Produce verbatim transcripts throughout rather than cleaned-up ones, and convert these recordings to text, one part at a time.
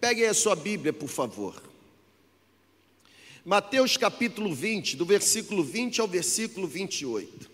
Peguem a sua Bíblia, por favor. Mateus capítulo vinte, do versículo vinte ao versículo vinte e oito.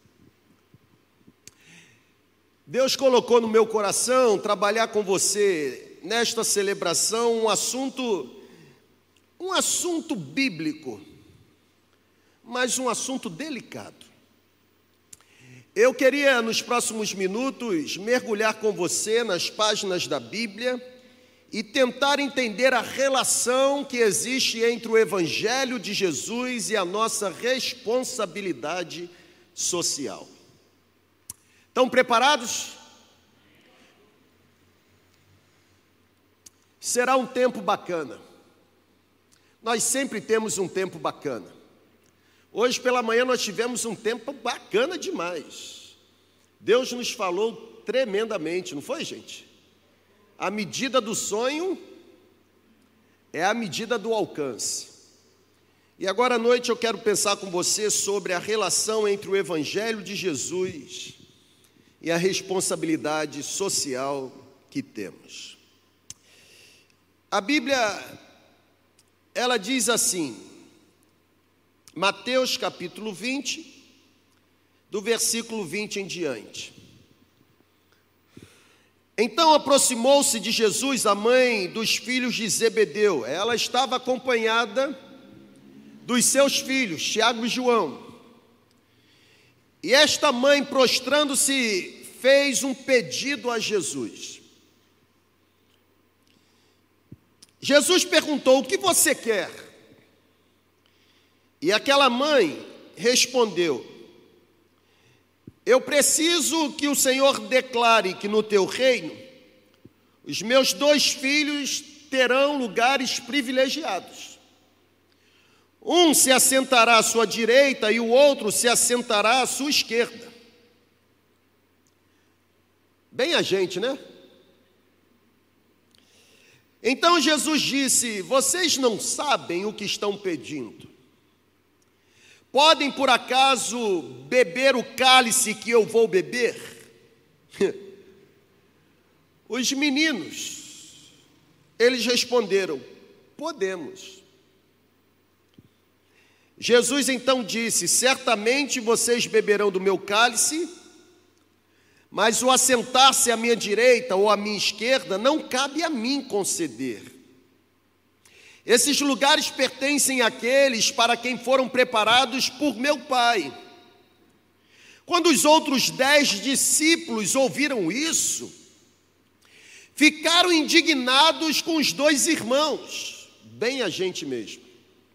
Deus colocou no meu coração trabalhar com você nesta celebração um assunto, um assunto bíblico, mas um assunto delicado. Eu queria, nos próximos minutos, mergulhar com você nas páginas da Bíblia e tentar entender a relação que existe entre o Evangelho de Jesus e a nossa responsabilidade social. Estão preparados? Será um tempo bacana. Nós sempre temos um tempo bacana. Hoje pela manhã nós tivemos um tempo bacana demais. Deus nos falou tremendamente, não foi, gente? A medida do sonho é a medida do alcance. E agora à noite eu quero pensar com você sobre a relação entre o Evangelho de Jesus e a responsabilidade social que temos. A Bíblia, ela diz assim, Mateus capítulo vinte, do versículo vinte em diante. Então aproximou-se de Jesus a mãe dos filhos de Zebedeu. Ela estava acompanhada dos seus filhos, Tiago e João. E esta mãe, prostrando-se, fez um pedido a Jesus. Jesus perguntou: o que você quer? E aquela mãe respondeu: eu preciso que o Senhor declare que no teu reino os meus dois filhos terão lugares privilegiados. Um se assentará à sua direita e o outro se assentará à sua esquerda. Bem a gente, né? Então Jesus disse: vocês não sabem o que estão pedindo. Podem por acaso beber o cálice que eu vou beber? Os meninos, eles responderam: podemos. Jesus então disse: certamente vocês beberão do meu cálice, mas o assentar-se à minha direita ou à minha esquerda não cabe a mim conceder. Esses lugares pertencem àqueles para quem foram preparados por meu Pai. Quando os outros dez discípulos ouviram isso, ficaram indignados com os dois irmãos, bem a gente mesmo.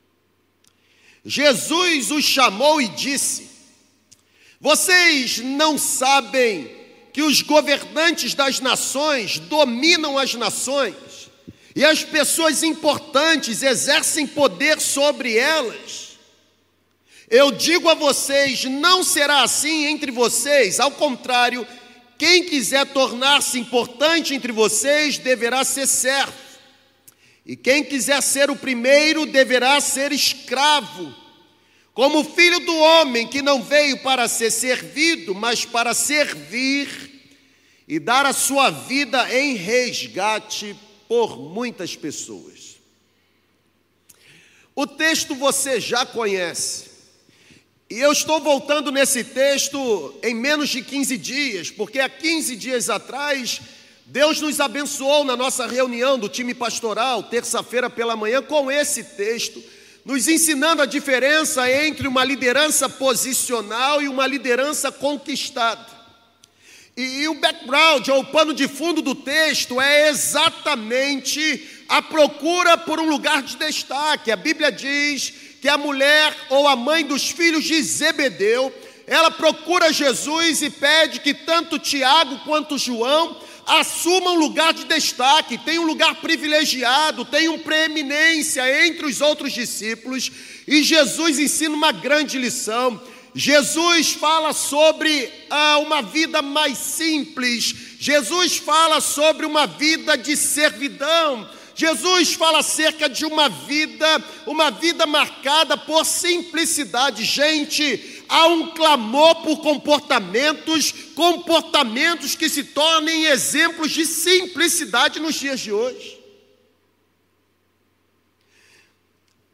Jesus os chamou e disse: vocês não sabem que os governantes das nações dominam as nações e as pessoas importantes exercem poder sobre elas? Eu digo a vocês, não será assim entre vocês. Ao contrário, quem quiser tornar-se importante entre vocês deverá ser servo. E quem quiser ser o primeiro deverá ser escravo, como filho do homem que não veio para ser servido, mas para servir e dar a sua vida em resgate por muitas pessoas. O texto você já conhece, e eu estou voltando nesse texto em menos de quinze dias, porque há quinze dias atrás, Deus nos abençoou na nossa reunião do time pastoral, terça-feira pela manhã, com esse texto, nos ensinando a diferença entre uma liderança posicional e uma liderança conquistada. E, e o background, ou o pano de fundo do texto, é exatamente a procura por um lugar de destaque. A Bíblia diz que a mulher ou a mãe dos filhos de Zebedeu, ela procura Jesus e pede que tanto Tiago quanto João assuma um lugar de destaque, tem um lugar privilegiado, tem uma preeminência entre os outros discípulos, e Jesus ensina uma grande lição. Jesus fala sobre ah, uma vida mais simples, Jesus fala sobre uma vida de servidão, Jesus fala acerca de uma vida, uma vida marcada por simplicidade. Gente, há um clamor por comportamentos, comportamentos que se tornem exemplos de simplicidade nos dias de hoje.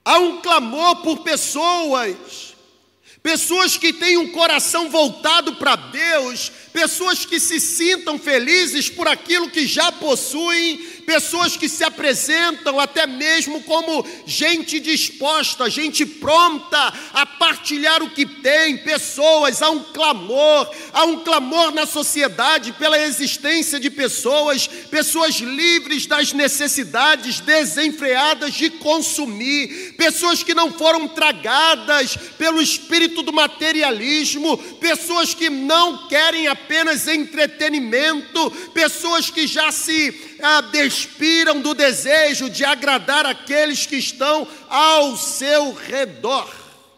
Há um clamor por pessoas, pessoas que têm um coração voltado para Deus, pessoas que se sintam felizes por aquilo que já possuem, pessoas que se apresentam até mesmo como gente disposta, gente pronta a partilhar o que tem, pessoas, há um clamor, há um clamor na sociedade pela existência de pessoas, pessoas livres das necessidades, desenfreadas de consumir, pessoas que não foram tragadas pelo espírito do materialismo, pessoas que não querem apenas entretenimento, pessoas que já se ah, despiram do desejo de agradar aqueles que estão ao seu redor.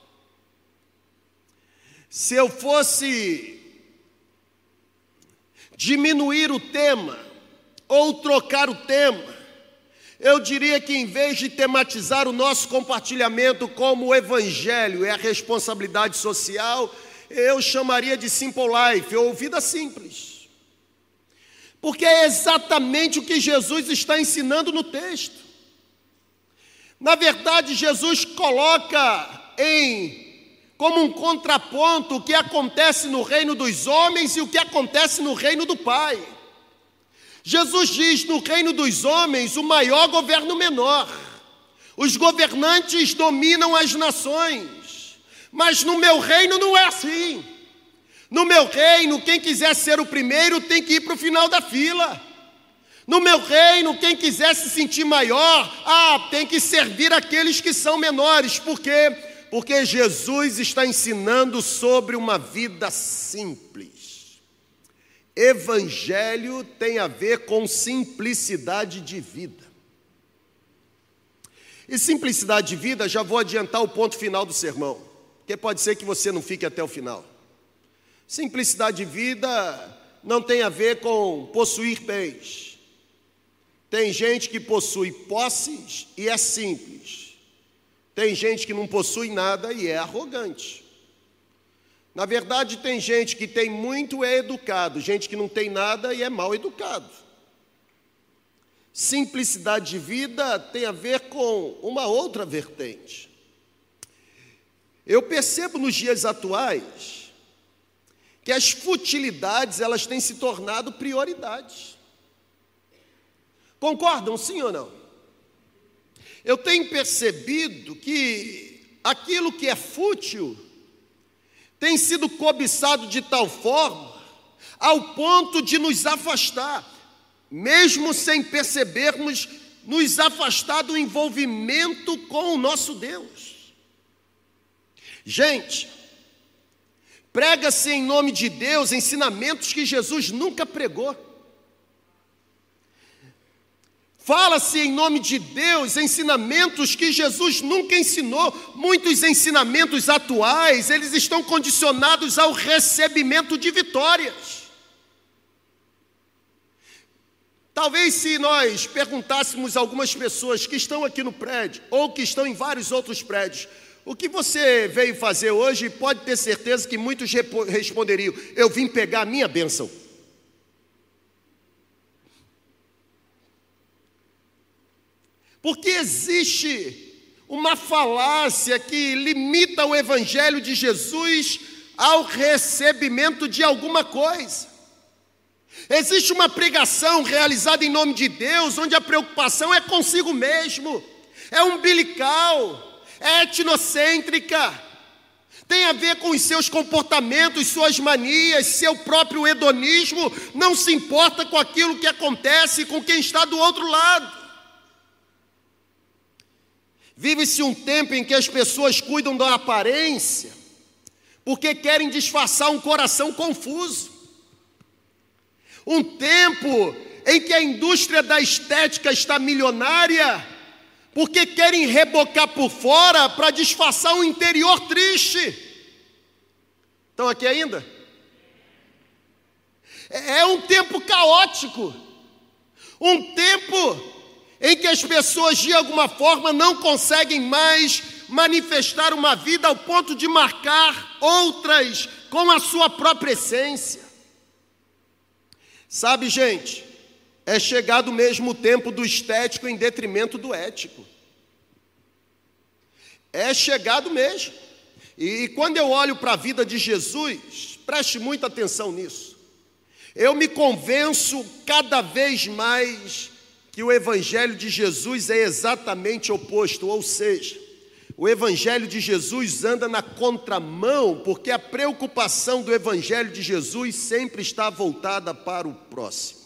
Se eu fosse diminuir o tema ou trocar o tema, eu diria que em vez de tematizar o nosso compartilhamento como o evangelho é a responsabilidade social, eu chamaria de Simple Life, ou vida simples. Porque é exatamente o que Jesus está ensinando no texto. Na verdade, Jesus coloca em como um contraponto o que acontece no reino dos homens e o que acontece no reino do Pai. Jesus diz: no reino dos homens, o maior governa o menor. Os governantes dominam as nações. Mas no meu reino não é assim. No meu reino, quem quiser ser o primeiro tem que ir para o final da fila. No meu reino, quem quiser se sentir maior, ah, tem que servir aqueles que são menores. Por quê? Porque Jesus está ensinando sobre uma vida simples. Evangelho tem a ver com simplicidade de vida. E simplicidade de vida, já vou adiantar o ponto final do sermão, porque pode ser que você não fique até o final. Simplicidade de vida não tem a ver com possuir bens. Tem gente que possui posses e é simples. Tem gente que não possui nada e é arrogante. Na verdade, tem gente que tem muito e é educado, gente que não tem nada e é mal educado. Simplicidade de vida tem a ver com uma outra vertente. Eu percebo nos dias atuais que as futilidades, elas têm se tornado prioridades. Concordam, sim ou não? Eu tenho percebido que aquilo que é fútil tem sido cobiçado de tal forma ao ponto de nos afastar, mesmo sem percebermos, nos afastar do envolvimento com o nosso Deus. Gente, prega-se em nome de Deus ensinamentos que Jesus nunca pregou. Fala-se em nome de Deus ensinamentos que Jesus nunca ensinou. Muitos ensinamentos atuais, eles estão condicionados ao recebimento de vitórias. Talvez se nós perguntássemos a algumas pessoas que estão aqui no prédio, ou que estão em vários outros prédios, o que você veio fazer hoje, pode ter certeza que muitos responderiam: eu vim pegar a minha bênção. Porque existe uma falácia que limita o evangelho de Jesus ao recebimento de alguma coisa. Existe uma pregação realizada em nome de Deus, onde a preocupação é consigo mesmo, é umbilical, é etnocêntrica, tem a ver com os seus comportamentos, suas manias, seu próprio hedonismo, não se importa com aquilo que acontece com quem está do outro lado. Vive-se um tempo em que as pessoas cuidam da aparência, porque querem disfarçar um coração confuso. Um tempo em que a indústria da estética está milionária, porque querem rebocar por fora para disfarçar um interior triste. Estão aqui ainda? É um tempo caótico, um tempo em que as pessoas de alguma forma não conseguem mais manifestar uma vida ao ponto de marcar outras com a sua própria essência. Sabe, gente, é chegado mesmo o tempo do estético em detrimento do ético. é chegado mesmo. E quando eu olho para a vida de Jesus, preste muita atenção nisso, eu me convenço cada vez mais que o Evangelho de Jesus é exatamente oposto, ou seja, o Evangelho de Jesus anda na contramão, porque a preocupação do Evangelho de Jesus sempre está voltada para o próximo.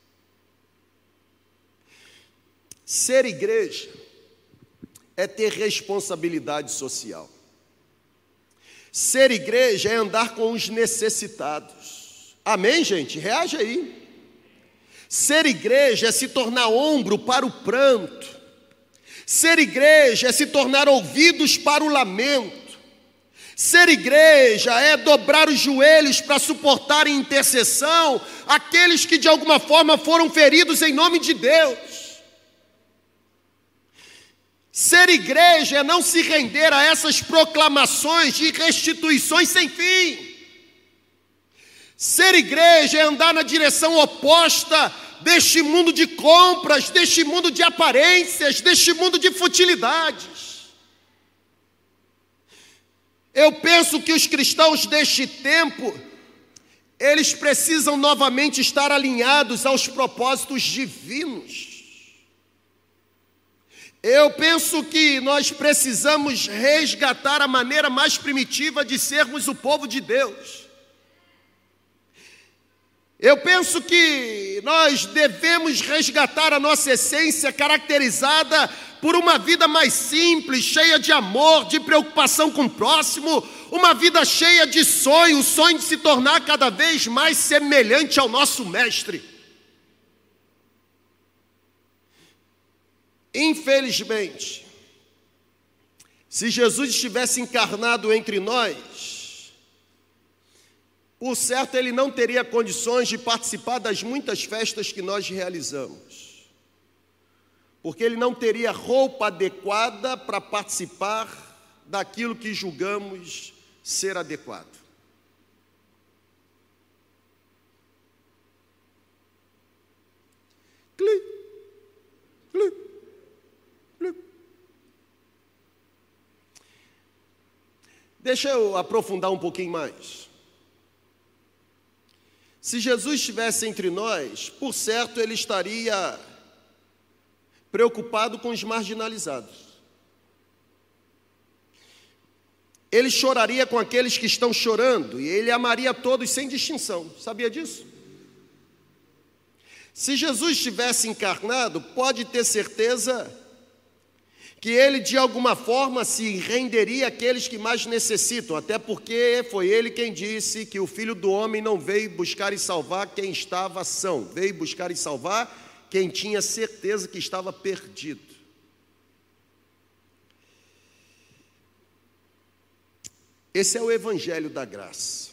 Ser igreja é ter responsabilidade social. Ser igreja é andar com os necessitados. Amém, gente? Reage aí. Ser igreja é se tornar ombro para o pranto. Ser igreja é se tornar ouvidos para o lamento. Ser igreja é dobrar os joelhos para suportar em intercessão aqueles que de alguma forma foram feridos em nome de Deus. Ser igreja é não se render a essas proclamações de restituições sem fim. Ser igreja é andar na direção oposta deste mundo de compras, deste mundo de aparências, deste mundo de futilidades. Eu penso que os cristãos deste tempo, eles precisam novamente estar alinhados aos propósitos divinos. Eu penso que nós precisamos resgatar a maneira mais primitiva de sermos o povo de Deus. Eu penso que nós devemos resgatar a nossa essência caracterizada por uma vida mais simples, cheia de amor, de preocupação com o próximo, uma vida cheia de sonho, o sonho de se tornar cada vez mais semelhante ao nosso Mestre. Infelizmente, se Jesus estivesse encarnado entre nós, por certo, ele não teria condições de participar das muitas festas que nós realizamos, porque ele não teria roupa adequada para participar daquilo que julgamos ser adequado. Cli, cli, cli. Deixa eu aprofundar um pouquinho mais. Se Jesus estivesse entre nós, por certo, ele estaria preocupado com os marginalizados. Ele choraria com aqueles que estão chorando, e ele amaria todos sem distinção. Sabia disso? Se Jesus estivesse encarnado, pode ter certeza que ele de alguma forma se renderia àqueles que mais necessitam, até porque foi ele quem disse que o Filho do Homem não veio buscar e salvar quem estava são, veio buscar e salvar quem tinha certeza que estava perdido. Esse é o Evangelho da Graça.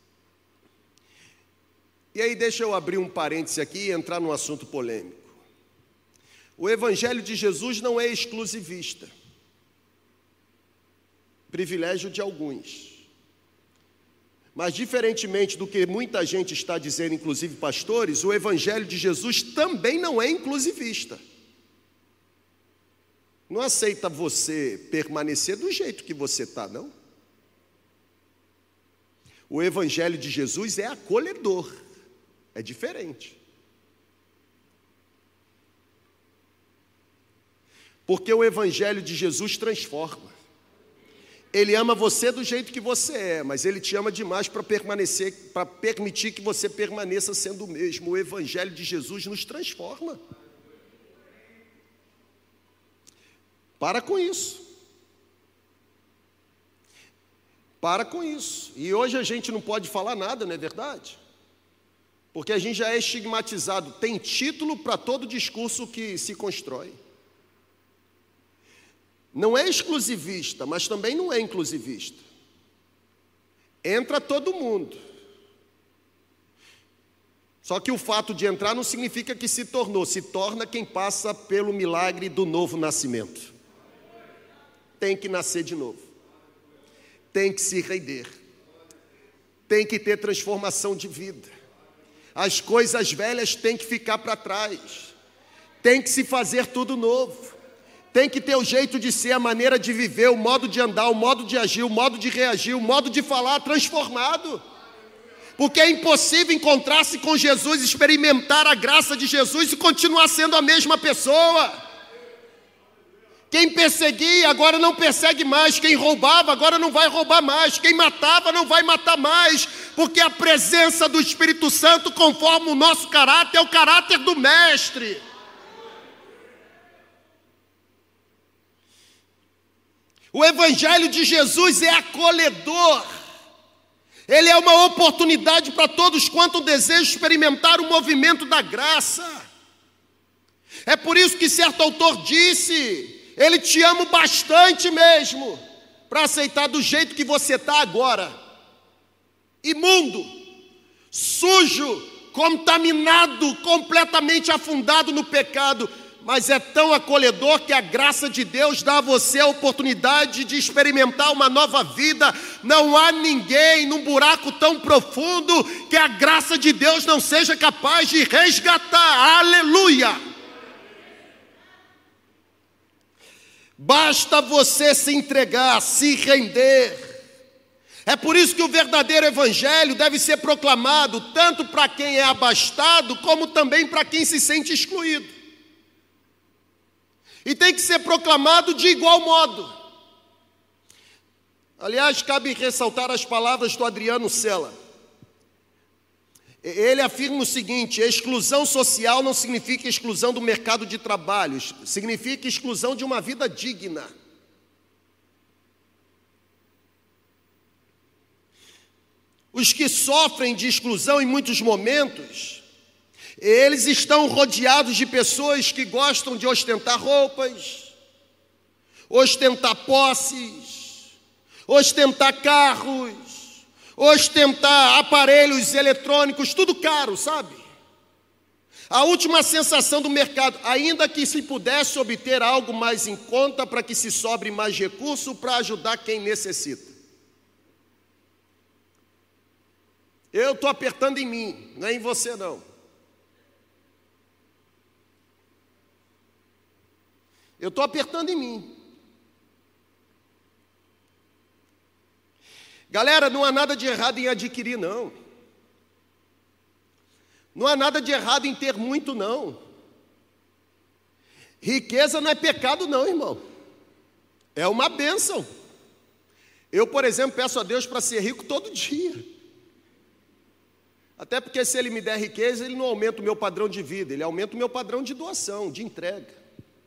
E aí deixa eu abrir um parêntese aqui e entrar num assunto polêmico. O Evangelho de Jesus não é exclusivista, privilégio de alguns. Mas, diferentemente do que muita gente está dizendo, inclusive pastores, o Evangelho de Jesus também não é inclusivista. Não aceita você permanecer do jeito que você está, não. O Evangelho de Jesus é acolhedor, é diferente. Porque o Evangelho de Jesus transforma. Ele ama você do jeito que você é, mas Ele te ama demais para permanecer, para permitir que você permaneça sendo o mesmo. O Evangelho de Jesus nos transforma. Para com isso. Para com isso. E hoje a gente não pode falar nada, não é verdade? Porque a gente já é estigmatizado. Tem título para todo discurso que se constrói. Não é exclusivista, mas também não é inclusivista. Entra todo mundo. Só que o fato de entrar não significa que se tornou, se torna quem passa pelo milagre do novo nascimento. Tem que nascer de novo. Tem que se render. Tem que ter transformação de vida. As coisas velhas têm que ficar para trás. Tem que se fazer tudo novo. tem que ter o jeito de ser, a maneira de viver, o modo de andar, o modo de agir, o modo de reagir, o modo de falar transformado. Porque é impossível encontrar-se com Jesus, experimentar a graça de Jesus e continuar sendo a mesma pessoa. Quem perseguia agora não persegue mais, quem roubava agora não vai roubar mais, quem matava não vai matar mais, porque a presença do Espírito Santo conforma o nosso caráter, é o caráter do Mestre. O Evangelho de Jesus é acolhedor. Ele é uma oportunidade para todos quanto desejam experimentar o movimento da graça. É por isso que certo autor disse: ele te ama bastante mesmo, para aceitar do jeito que você está agora. Imundo, sujo, contaminado, completamente afundado no pecado. Mas é tão acolhedor que a graça de Deus dá a você a oportunidade de experimentar uma nova vida. Não há ninguém num buraco tão profundo que a graça de Deus não seja capaz de resgatar. Aleluia! Basta você se entregar, se render. É por isso que o verdadeiro evangelho deve ser proclamado tanto para quem é abastado, como também para quem se sente excluído. E tem que ser proclamado de igual modo. Aliás, cabe ressaltar as palavras do Adriano Cella. Ele afirma o seguinte: exclusão social não significa exclusão do mercado de trabalho, significa exclusão de uma vida digna. Os que sofrem de exclusão em muitos momentos, eles estão rodeados de pessoas que gostam de ostentar roupas, ostentar posses, ostentar carros, ostentar aparelhos eletrônicos, tudo caro, sabe? A última sensação do mercado, ainda que se pudesse obter algo mais em conta para que se sobre mais recurso para ajudar quem necessita. Eu estou apertando em mim, não é em você não. Eu estou apertando em mim. Galera, não há nada de errado em adquirir, não. Não há nada de errado em ter muito, não. Riqueza não é pecado, não, irmão. É uma bênção. Eu, por exemplo, peço a Deus para ser rico todo dia. Até porque se Ele me der riqueza, Ele não aumenta o meu padrão de vida, Ele aumenta o meu padrão de doação, de entrega.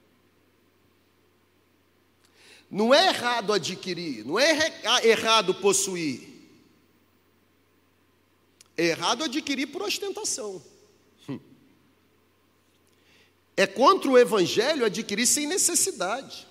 Não é errado adquirir, não é errado possuir. É errado adquirir por ostentação. É contra o Evangelho adquirir sem necessidade.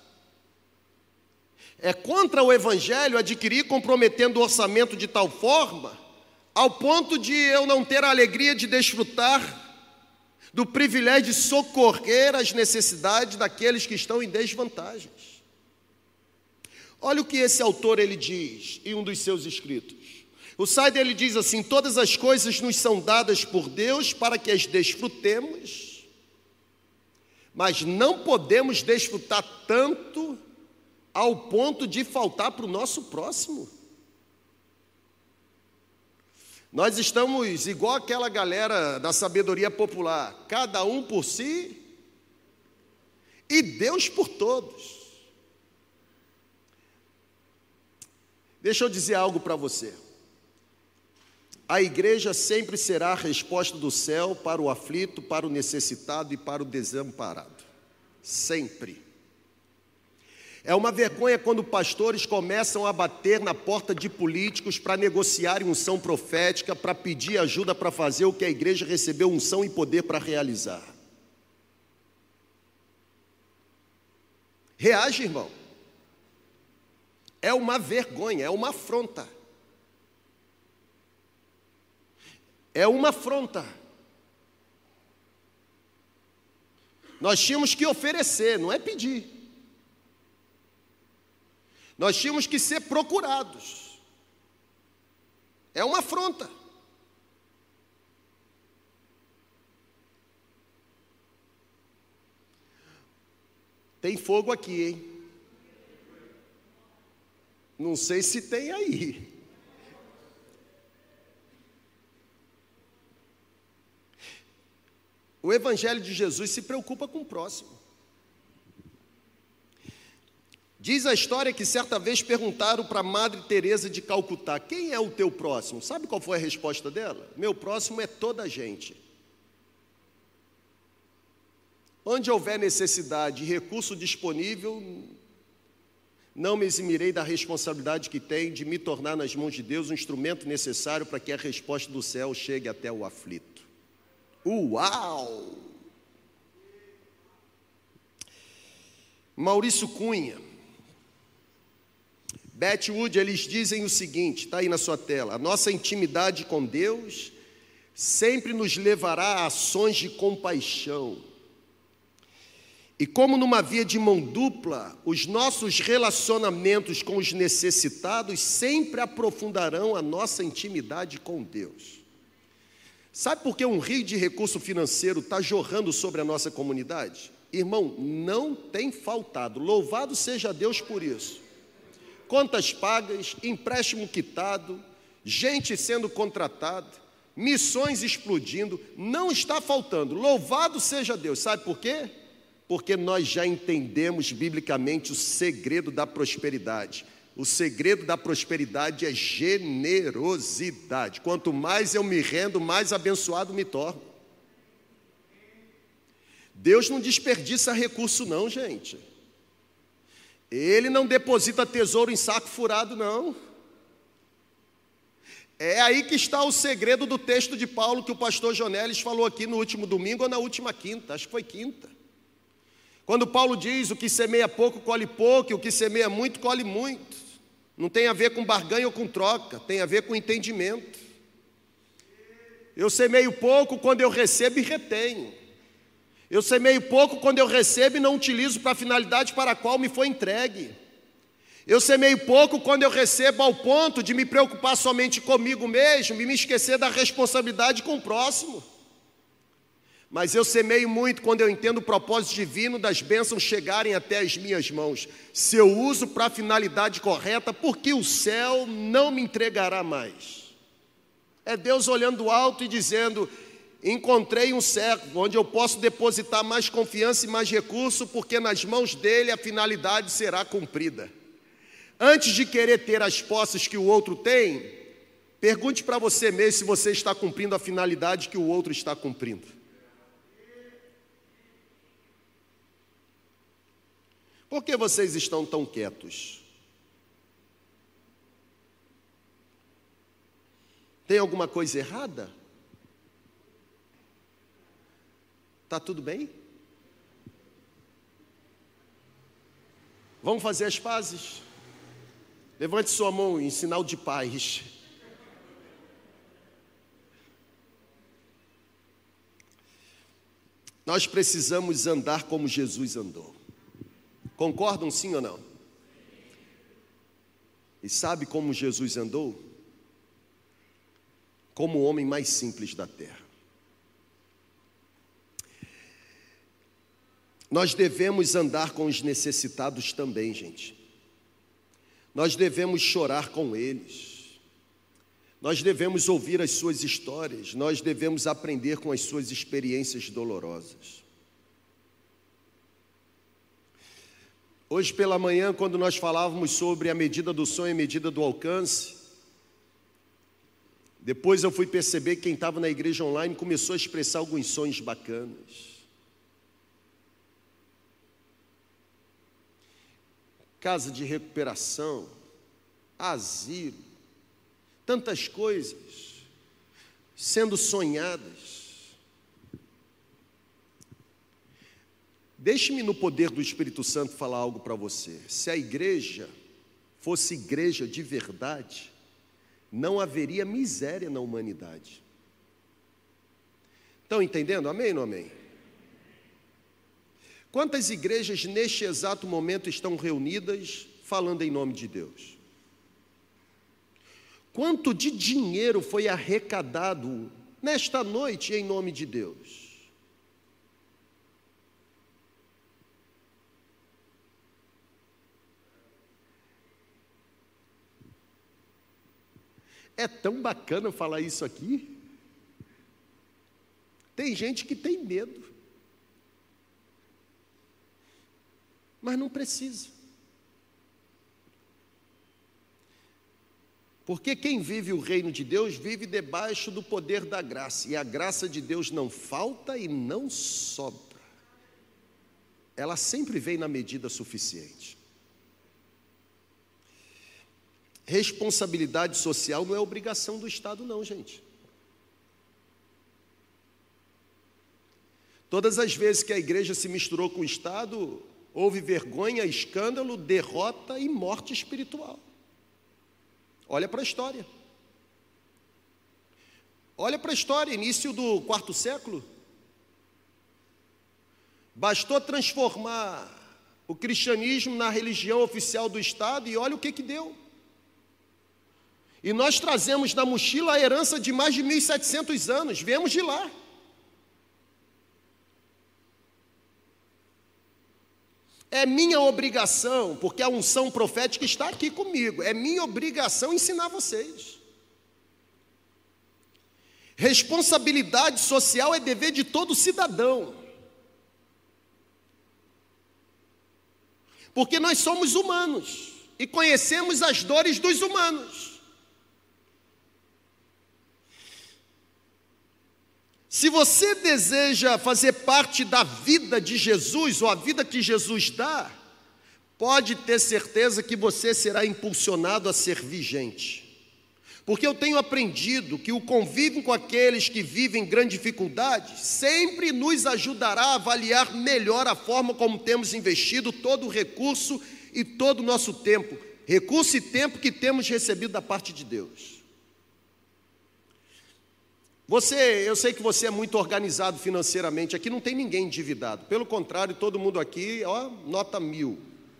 É contra o Evangelho adquirir comprometendo o orçamento de tal forma, ao ponto de eu não ter a alegria de desfrutar do privilégio de socorrer as necessidades daqueles que estão em desvantagens. Olha o que esse autor ele diz em um dos seus escritos. O Sider ele diz assim: todas as coisas nos são dadas por Deus para que as desfrutemos, mas não podemos desfrutar tanto ao ponto de faltar para o nosso próximo. Nós estamos igual aquela galera da sabedoria popular, cada um por si e Deus por todos. Deixa eu dizer algo para você. A igreja sempre será a resposta do céu para o aflito, para o necessitado e para o desamparado. Sempre. É uma vergonha quando pastores começam a bater na porta de políticos para negociarem unção profética, para pedir ajuda para fazer o que a igreja recebeu unção e poder para realizar. Reage, irmão. É uma vergonha, é uma afronta. É uma afronta. Nós tínhamos que oferecer, não é pedir. Nós tínhamos que ser procurados. É uma afronta. Tem fogo aqui, hein? Não sei se tem aí. O Evangelho de Jesus se preocupa com o próximo. Diz a história que certa vez perguntaram para a Madre Teresa de Calcutá: quem é o teu próximo? Sabe qual foi a resposta dela? Meu próximo é toda a gente. Onde houver necessidade e recurso disponível, não me eximirei da responsabilidade que tem de me tornar nas mãos de Deus um instrumento necessário para que a resposta do céu chegue até o aflito. Uau! Maurício Cunha, Beth Wood, eles dizem o seguinte, está aí na sua tela: a nossa intimidade com Deus sempre nos levará a ações de compaixão. E como numa via de mão dupla, os nossos relacionamentos com os necessitados sempre aprofundarão a nossa intimidade com Deus. Sabe por que um rio de recurso financeiro está jorrando sobre a nossa comunidade? Irmão, não tem faltado. Louvado seja Deus por isso. Contas pagas, empréstimo quitado, gente sendo contratada, missões explodindo, não está faltando. Louvado seja Deus. Sabe por quê? Porque nós já entendemos biblicamente o segredo da prosperidade. O segredo da prosperidade é generosidade. Quanto mais eu me rendo, mais abençoado me torno. Deus não desperdiça recurso não, gente. Ele não deposita tesouro em saco furado, não. É aí que está o segredo do texto de Paulo que o pastor Jonelis falou aqui no último domingo ou na última quinta, acho que foi quinta. Quando Paulo diz: o que semeia pouco, colhe pouco, e o que semeia muito, colhe muito. Não tem a ver com barganha ou com troca, tem a ver com entendimento. Eu semeio pouco quando eu recebo e retenho. Eu semeio pouco quando eu recebo e não utilizo para a finalidade para a qual me foi entregue. Eu semeio pouco quando eu recebo ao ponto de me preocupar somente comigo mesmo e me esquecer da responsabilidade com o próximo. Mas eu semeio muito quando eu entendo o propósito divino das bênçãos chegarem até as minhas mãos. Se eu uso para a finalidade correta, porque o céu não me entregará mais. É Deus olhando do alto e dizendo: encontrei um servo onde eu posso depositar mais confiança e mais recurso, porque nas mãos dele a finalidade será cumprida. Antes de querer ter as posses que o outro tem, pergunte para você mesmo se você está cumprindo a finalidade que o outro está cumprindo. Por que vocês estão tão quietos? Tem alguma coisa errada? Está tudo bem? Vamos fazer as pazes? Levante sua mão em sinal de paz. Nós precisamos andar como Jesus andou. Concordam sim ou não? E sabe como Jesus andou? Como o homem mais simples da terra. Nós devemos andar com os necessitados também, gente. Nós devemos chorar com eles. Nós devemos ouvir as suas histórias. Nós devemos aprender com as suas experiências dolorosas. Hoje pela manhã, quando nós falávamos sobre a medida do sonho e a medida do alcance, depois eu fui perceber que quem estava na igreja online começou a expressar alguns sonhos bacanas. Casa de recuperação, asilo, tantas coisas sendo sonhadas. Deixe-me no poder do Espírito Santo falar algo para você. Se a igreja fosse igreja de verdade, não haveria miséria na humanidade. Estão entendendo? Amém ou não amém? Quantas igrejas neste exato momento estão reunidas falando em nome de Deus? Quanto de dinheiro foi arrecadado nesta noite em nome de Deus? É tão bacana falar isso aqui. Tem gente que tem medo, mas não precisa. Porque quem vive o reino de Deus vive debaixo do poder da graça, e a graça de Deus não falta e não sobra. Ela sempre vem na medida suficiente. Responsabilidade social não é obrigação do Estado, não, gente. Todas as vezes que a igreja se misturou com o Estado, houve vergonha, escândalo, derrota e morte espiritual. Olha para a história. Olha para a história, início do quarto século. Bastou transformar o cristianismo na religião oficial do Estado e olha o que que deu. E nós trazemos na mochila a herança de mais de mil e setecentos anos, viemos de lá. É minha obrigação, porque a unção profética está aqui comigo, é minha obrigação ensinar vocês. Responsabilidade social é dever de todo cidadão. Porque nós somos humanos e conhecemos as dores dos humanos. Se você deseja fazer parte da vida de Jesus, ou a vida que Jesus dá, pode ter certeza que você será impulsionado a servir gente. Porque eu tenho aprendido que o convívio com aqueles que vivem grande dificuldade sempre nos ajudará a avaliar melhor a forma como temos investido todo o recurso e todo o nosso tempo, recurso e tempo que temos recebido da parte de Deus. Você, eu sei que você é muito organizado financeiramente, aqui não tem ninguém endividado, pelo contrário, todo mundo aqui, ó, nota mil.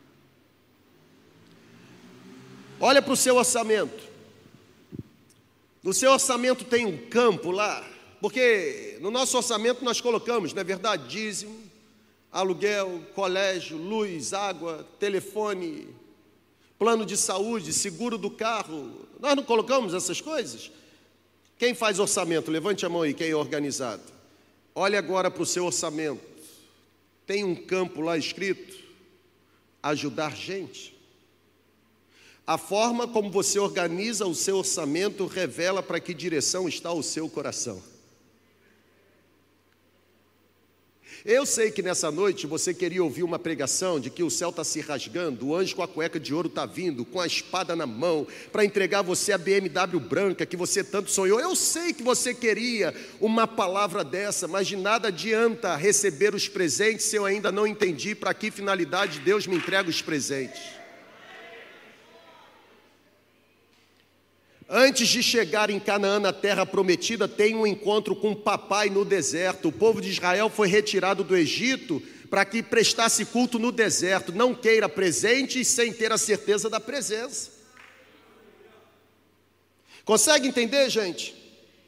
Olha para o seu orçamento. No seu orçamento tem um campo lá, porque no nosso orçamento nós colocamos, não é verdade? Dízimo, aluguel, colégio, luz, água, telefone, plano de saúde, seguro do carro. Nós não colocamos essas coisas? Quem faz orçamento? Levante a mão aí, quem é organizado. Olhe agora para o seu orçamento. Tem um campo lá escrito, ajudar gente. A forma como você organiza o seu orçamento revela para que direção está o seu coração. Eu sei que nessa noite você queria ouvir uma pregação de que o céu está se rasgando, o anjo com a cueca de ouro está vindo, com a espada na mão, para entregar você a B M W branca que você tanto sonhou. Eu sei que você queria uma palavra dessa, mas de nada adianta receber os presentes se eu ainda não entendi para que finalidade Deus me entrega os presentes. Antes de chegar em Canaã, na terra prometida, tem um encontro com o papai no deserto. O povo de Israel foi retirado do Egito para que prestasse culto no deserto. Não queira presente sem ter a certeza da presença. Consegue entender, gente?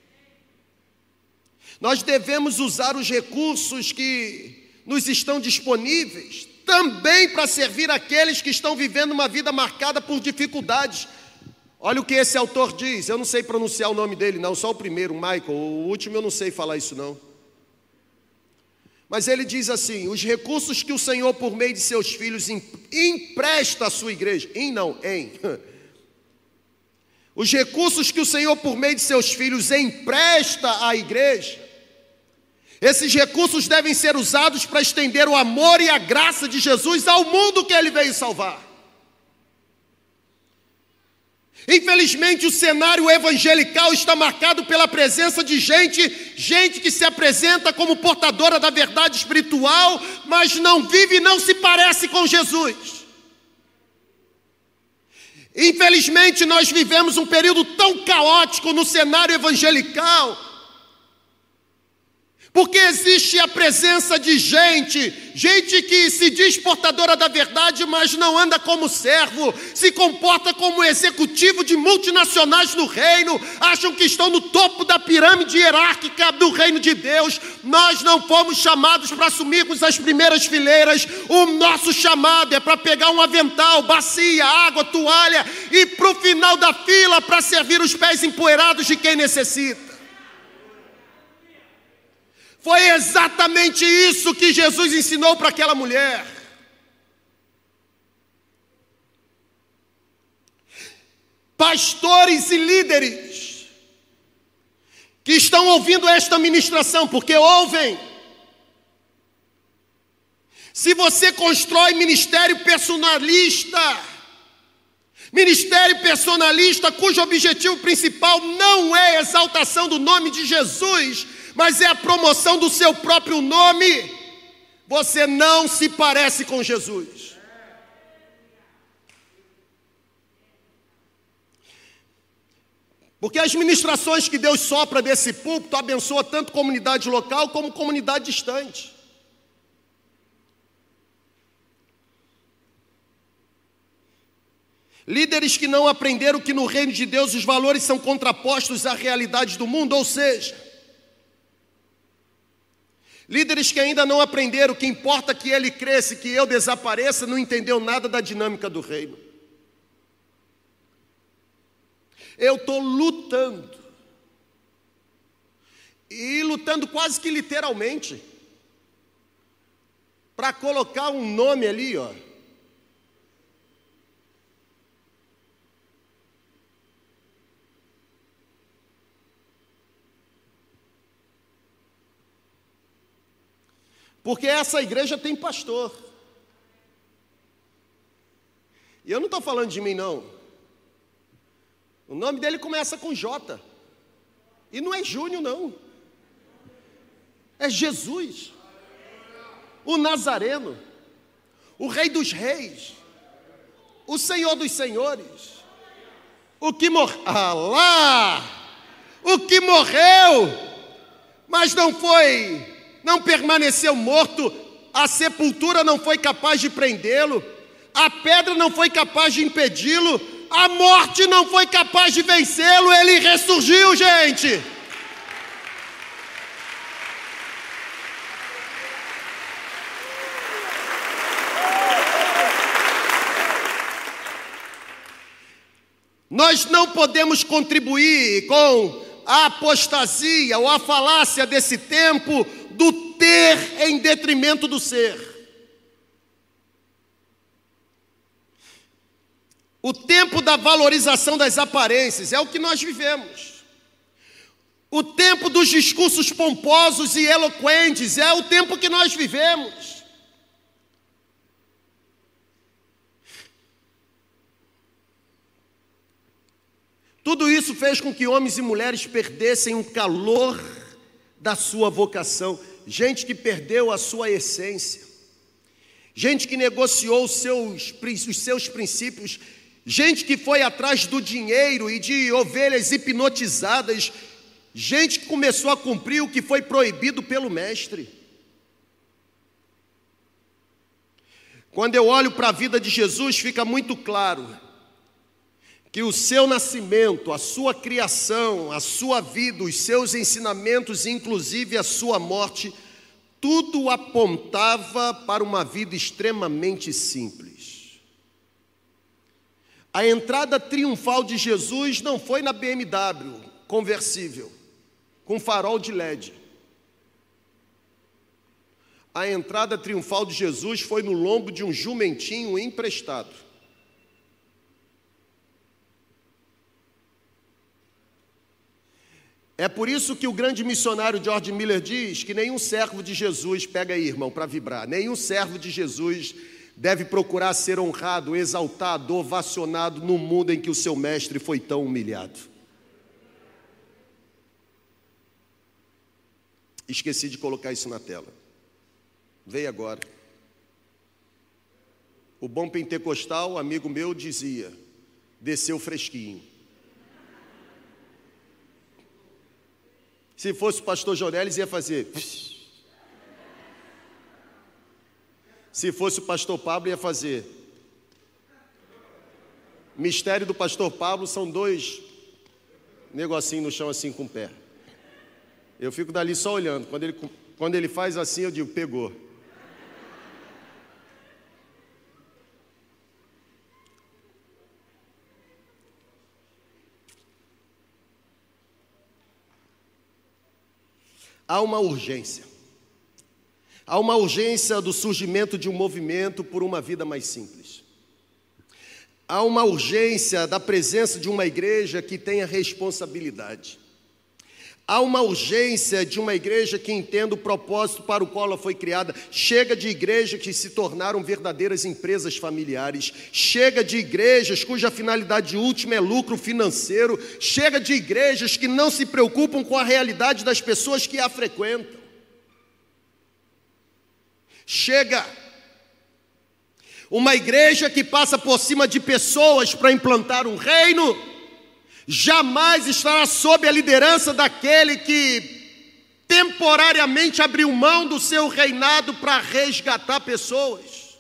Nós devemos usar os recursos que nos estão disponíveis também para servir aqueles que estão vivendo uma vida marcada por dificuldades. Olha o que esse autor diz, eu não sei pronunciar o nome dele não, só o primeiro, Michael, o último eu não sei falar isso não. Mas ele diz assim, os recursos que o Senhor por meio de seus filhos empresta à sua igreja, em não, em. Os recursos que o Senhor por meio de seus filhos empresta à igreja, esses recursos devem ser usados para estender o amor e a graça de Jesus ao mundo que ele veio salvar. Infelizmente o cenário evangelical está marcado pela presença de gente, gente que se apresenta como portadora da verdade espiritual, mas não vive e não se parece com Jesus. Infelizmente nós vivemos um período tão caótico no cenário evangelical, Porque existe a presença de gente, gente que se diz portadora da verdade, mas não anda como servo, se comporta como executivo de multinacionais no reino, acham que estão no topo da pirâmide hierárquica do reino de Deus. Nós não fomos chamados para assumirmos as primeiras fileiras, o nosso chamado é para pegar um avental, bacia, água, toalha e para o final da fila para servir os pés empoeirados de quem necessita. Foi exatamente isso que Jesus ensinou para aquela mulher. Pastores e líderes que estão ouvindo esta ministração, porque ouvem. Se você constrói ministério personalista, ministério personalista cujo objetivo principal não é a exaltação do nome de Jesus, mas é a promoção do seu próprio nome, você não se parece com Jesus. Porque as ministrações que Deus sopra desse púlpito abençoa tanto comunidade local como comunidade distante. Líderes que não aprenderam que no reino de Deus os valores são contrapostos à realidade do mundo, ou seja, líderes que ainda não aprenderam que importa que ele cresça e que eu desapareça, não entendeu nada da dinâmica do reino. Eu estou lutando, e lutando quase que literalmente, para colocar um nome ali, ó. Porque essa igreja tem pastor. E eu não estou falando de mim, não. O nome dele começa com J. E não é Júnior, não. É Jesus. O Nazareno. O Rei dos Reis. O Senhor dos Senhores. O que morreu. Ah lá! O que morreu, mas não foi... não permaneceu morto, a sepultura não foi capaz de prendê-lo, a pedra não foi capaz de impedi-lo, a morte não foi capaz de vencê-lo, ele ressurgiu, gente. Nós não podemos contribuir com a apostasia ou a falácia desse tempo do ter em detrimento do ser. O tempo da valorização das aparências é o que nós vivemos. O tempo dos discursos pomposos e eloquentes é o tempo que nós vivemos. Tudo isso fez com que homens e mulheres perdessem o calor da sua vocação, gente que perdeu a sua essência, gente que negociou os seus, os seus princípios, gente que foi atrás do dinheiro e de ovelhas hipnotizadas, gente que começou a cumprir o que foi proibido pelo mestre. Quando eu olho para a vida de Jesus, fica muito claro que o seu nascimento, a sua criação, a sua vida, os seus ensinamentos, inclusive a sua morte, tudo apontava para uma vida extremamente simples. A entrada triunfal de Jesus não foi na B M W conversível, com farol de L E D. A entrada triunfal de Jesus foi no lombo de um jumentinho emprestado. É por isso que o grande missionário George Miller diz que nenhum servo de Jesus, pega aí, irmão, para vibrar, nenhum servo de Jesus deve procurar ser honrado, exaltado, ovacionado no mundo em que o seu mestre foi tão humilhado. Esqueci de colocar isso na tela. Veio agora. O bom pentecostal, amigo meu, dizia: desceu fresquinho. Se fosse o pastor Jonelis, ia fazer. Se fosse o pastor Pablo, ia fazer. Mistério do pastor Pablo são dois negocinhos no chão assim com o pé. Eu fico dali só olhando. Quando ele, quando ele faz assim, eu digo, pegou. Há uma urgência. Há uma urgência do surgimento de um movimento por uma vida mais simples. Há uma urgência da presença de uma igreja que tenha responsabilidade. Há uma urgência de uma igreja que entenda o propósito para o qual ela foi criada. Chega de igrejas que se tornaram verdadeiras empresas familiares. Chega de igrejas cuja finalidade última é lucro financeiro. Chega de igrejas que não se preocupam com a realidade das pessoas que a frequentam. Chega. Uma igreja que passa por cima de pessoas para implantar um reino jamais estará sob a liderança daquele que temporariamente abriu mão do seu reinado para resgatar pessoas.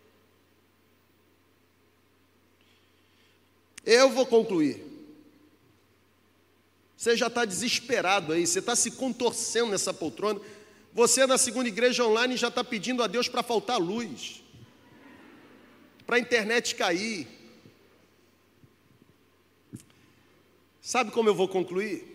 Eu vou concluir. Você já está desesperado aí, você está se contorcendo nessa poltrona. Você na segunda igreja online já está pedindo a Deus para faltar luz, para a internet cair. Sabe como eu vou concluir?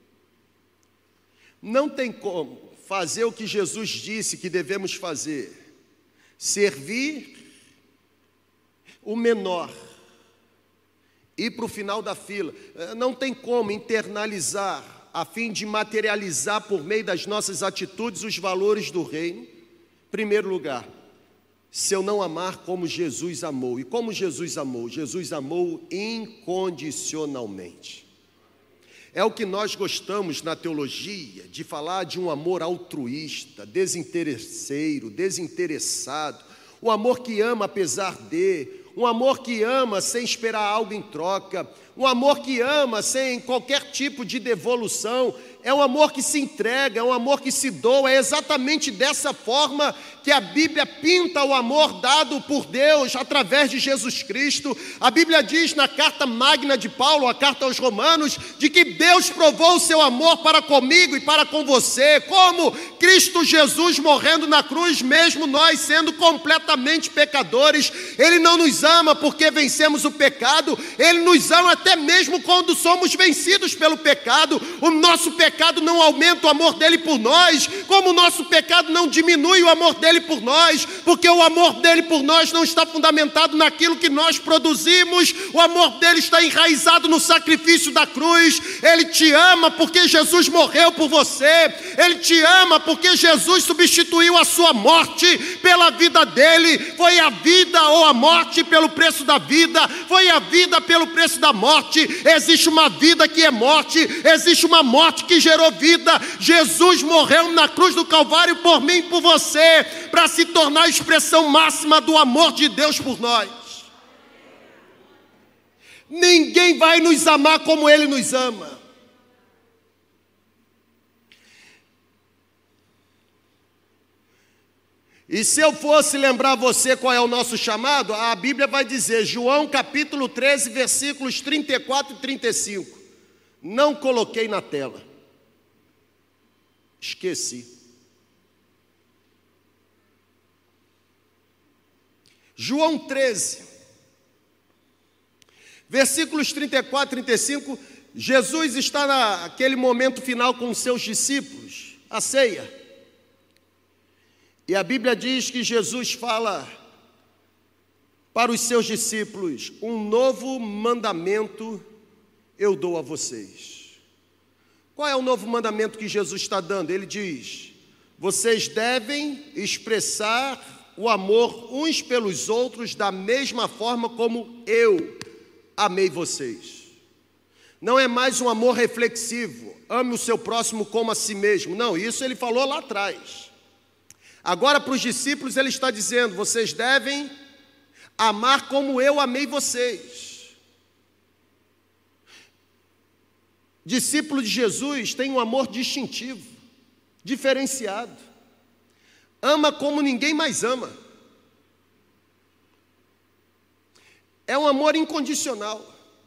Não tem como fazer o que Jesus disse que devemos fazer, servir o menor, ir para o final da fila. Não tem como internalizar, a fim de materializar por meio das nossas atitudes os valores do reino. Em primeiro lugar, se eu não amar como Jesus amou. E como Jesus amou? Jesus amou incondicionalmente. É o que nós gostamos na teologia, de falar de um amor altruísta, desinteresseiro, desinteressado, um amor que ama apesar de, um amor que ama sem esperar algo em troca, um amor que ama sem qualquer tipo de devolução. É um amor que se entrega, é um amor que se doa. É exatamente dessa forma que a Bíblia pinta o amor dado por Deus através de Jesus Cristo. A Bíblia diz na carta magna de Paulo, a carta aos Romanos, de que Deus provou o seu amor para comigo e para com você, como Cristo Jesus morrendo na cruz, mesmo nós sendo completamente pecadores. Ele não nos ama porque vencemos o pecado, Ele nos ama até mesmo quando somos vencidos pelo pecado. O nosso pecado pecado não aumenta o amor dele por nós, como o nosso pecado não diminui o amor dele por nós, porque o amor dele por nós não está fundamentado naquilo que nós produzimos. O amor dele está enraizado no sacrifício da cruz. Ele te ama porque Jesus morreu por você, ele te ama porque Jesus substituiu a sua morte pela vida dele. Foi a vida ou a morte pelo preço da vida, foi a vida pelo preço da morte. Existe uma vida que é morte, existe uma morte que gerou vida. Jesus morreu na cruz do Calvário por mim e por você, para se tornar a expressão máxima do amor de Deus por nós. Ninguém vai nos amar como Ele nos ama. E se eu fosse lembrar você qual é o nosso chamado, a Bíblia vai dizer, João capítulo treze, versículos trinta e quatro e trinta e cinco. Não coloquei na tela. Esqueci. João treze, versículos trinta e quatro e trinta e cinco, Jesus está naquele momento final com os seus discípulos, a ceia. E a Bíblia diz que Jesus fala para os seus discípulos, um novo mandamento eu dou a vocês. Qual é o novo mandamento que Jesus está dando? Ele diz, vocês devem expressar o amor uns pelos outros da mesma forma como eu amei vocês. Não é mais um amor reflexivo, ame o seu próximo como a si mesmo. Não, isso ele falou lá atrás. Agora para os discípulos ele está dizendo, vocês devem amar como eu amei vocês. Discípulo de Jesus tem um amor distintivo, diferenciado. Ama como ninguém mais ama. É um amor incondicional.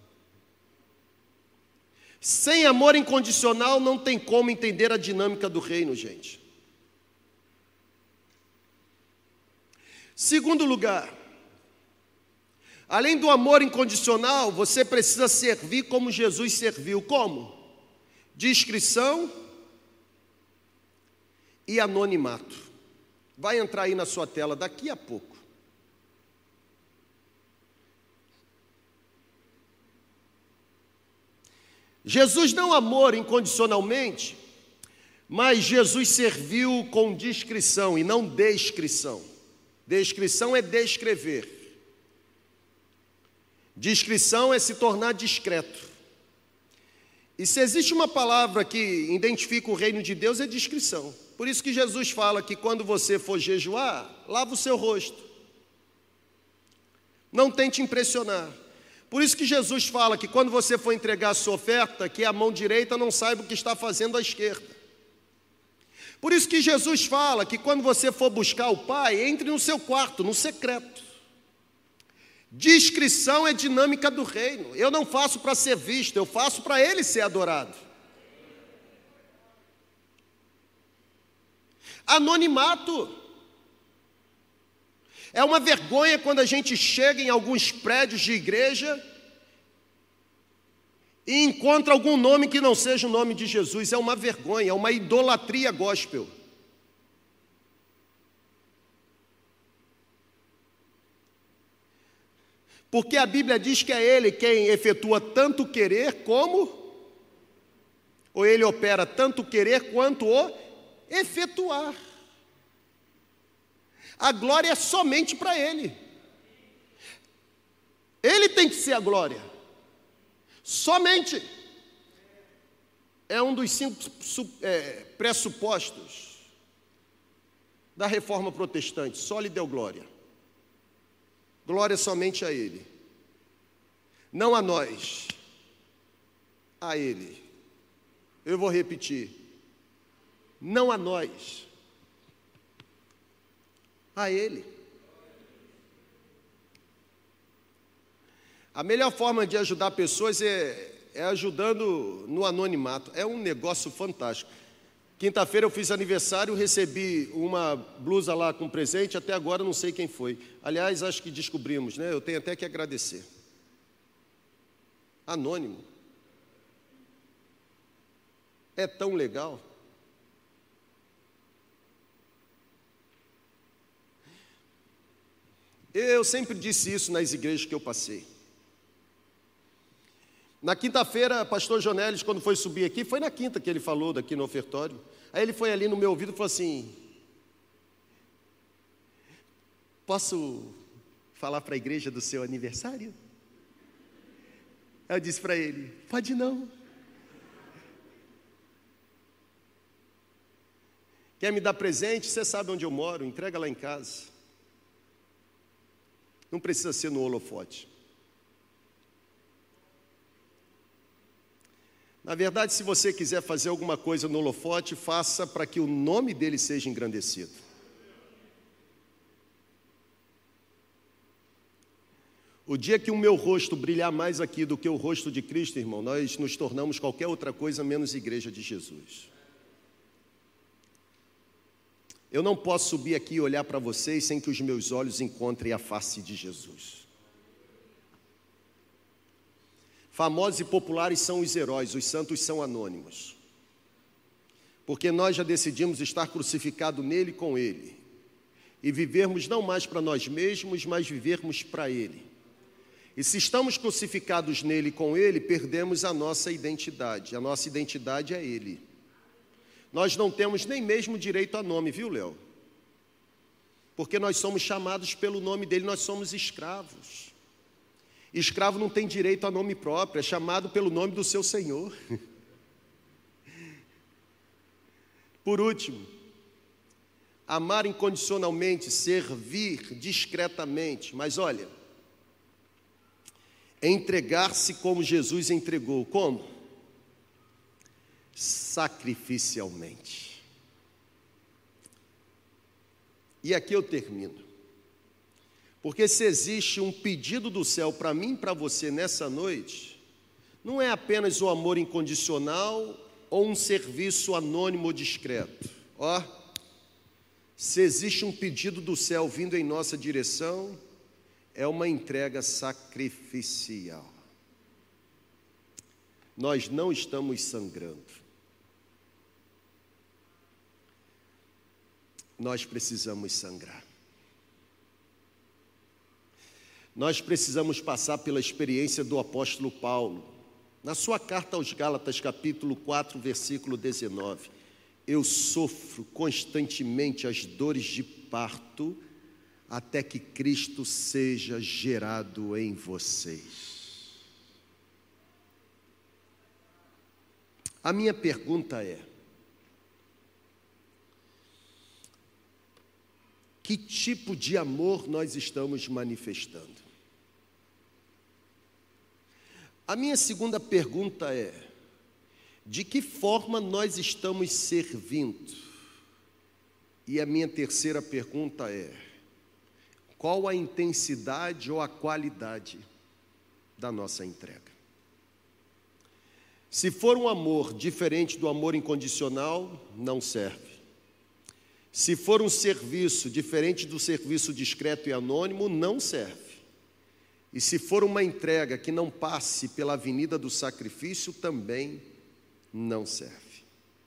Sem amor incondicional não tem como entender a dinâmica do reino, gente. Segundo lugar, além do amor incondicional, você precisa servir como Jesus serviu. Como? Discrição e anonimato. Vai entrar aí na sua tela daqui a pouco. Jesus não amou incondicionalmente, mas Jesus serviu com discrição e não descrição. Descrição é descrever. Discrição é se tornar discreto. E se existe uma palavra que identifica o reino de Deus, é discrição. Por isso que Jesus fala que quando você for jejuar, lava o seu rosto. Não tente impressionar. Por isso que Jesus fala que quando você for entregar a sua oferta, que a mão direita não saiba o que está fazendo a esquerda. Por isso que Jesus fala que quando você for buscar o Pai, entre no seu quarto, no secreto. Discrição é dinâmica do reino. Eu não faço para ser visto, eu faço para Ele ser adorado. Anonimato. É uma vergonha quando a gente chega em alguns prédios de igreja e encontra algum nome que não seja o nome de Jesus. É uma vergonha, é uma idolatria gospel. Porque a Bíblia diz que é Ele quem efetua tanto o querer como, ou Ele opera tanto o querer quanto o efetuar. A glória é somente para Ele. Ele tem que ser a glória. Somente. É um dos cinco é, pressupostos da reforma protestante. Só lhe deu glória. Glória somente a Ele. Não a nós. A Ele. Eu vou repetir. Não a nós. A Ele. A melhor forma de ajudar pessoas é, é ajudando no anonimato. É um negócio fantástico. Quinta-feira eu fiz aniversário, recebi uma blusa lá com presente, até agora não sei quem foi. Aliás, acho que descobrimos, né? Eu tenho até que agradecer. Anônimo. É tão legal. Eu sempre disse isso nas igrejas que eu passei. Na quinta-feira, pastor Jonelis, quando foi subir aqui, foi na quinta que ele falou daqui no ofertório. Aí ele foi ali no meu ouvido e falou assim: posso falar para a igreja do seu aniversário? Aí eu disse para ele: pode não. Quer me dar presente? Você sabe onde eu moro, entrega lá em casa. Não precisa ser no holofote. Na verdade, se você quiser fazer alguma coisa no holofote, faça para que o nome dele seja engrandecido. O dia que o meu rosto brilhar mais aqui do que o rosto de Cristo, irmão, nós nos tornamos qualquer outra coisa menos igreja de Jesus. Eu não posso subir aqui e olhar para vocês sem que os meus olhos encontrem a face de Jesus. Famosos e populares são os heróis, os santos são anônimos. Porque nós já decidimos estar crucificado nele e com ele. E vivermos não mais para nós mesmos, mas vivermos para ele. E se estamos crucificados nele e com ele, perdemos a nossa identidade. A nossa identidade é ele. Nós não temos nem mesmo direito a nome, viu, Léo? Porque nós somos chamados pelo nome dele, nós somos escravos. Escravo não tem direito a nome próprio, é chamado pelo nome do seu Senhor. Por último, amar incondicionalmente, servir discretamente, mas olha, entregar-se como Jesus entregou. Como? sacrificialmente. E aqui eu termino. Porque se existe um pedido do céu para mim e para você nessa noite, não é apenas o amor incondicional ou um serviço anônimo ou discreto. Ó, se existe um pedido do céu vindo em nossa direção, é uma entrega sacrificial. Nós não estamos sangrando. Nós precisamos sangrar. Nós precisamos passar pela experiência do apóstolo Paulo. Na sua carta aos Gálatas, capítulo quatro, versículo dezenove. Eu sofro constantemente as dores de parto, até que Cristo seja gerado em vocês. A minha pergunta é: que tipo de amor nós estamos manifestando? A minha segunda pergunta é: de que forma nós estamos servindo? E a minha terceira pergunta é: qual a intensidade ou a qualidade da nossa entrega? Se for um amor diferente do amor incondicional, não serve. Se for um serviço diferente do serviço discreto e anônimo, não serve. E se for uma entrega que não passe pela avenida do sacrifício, também não serve.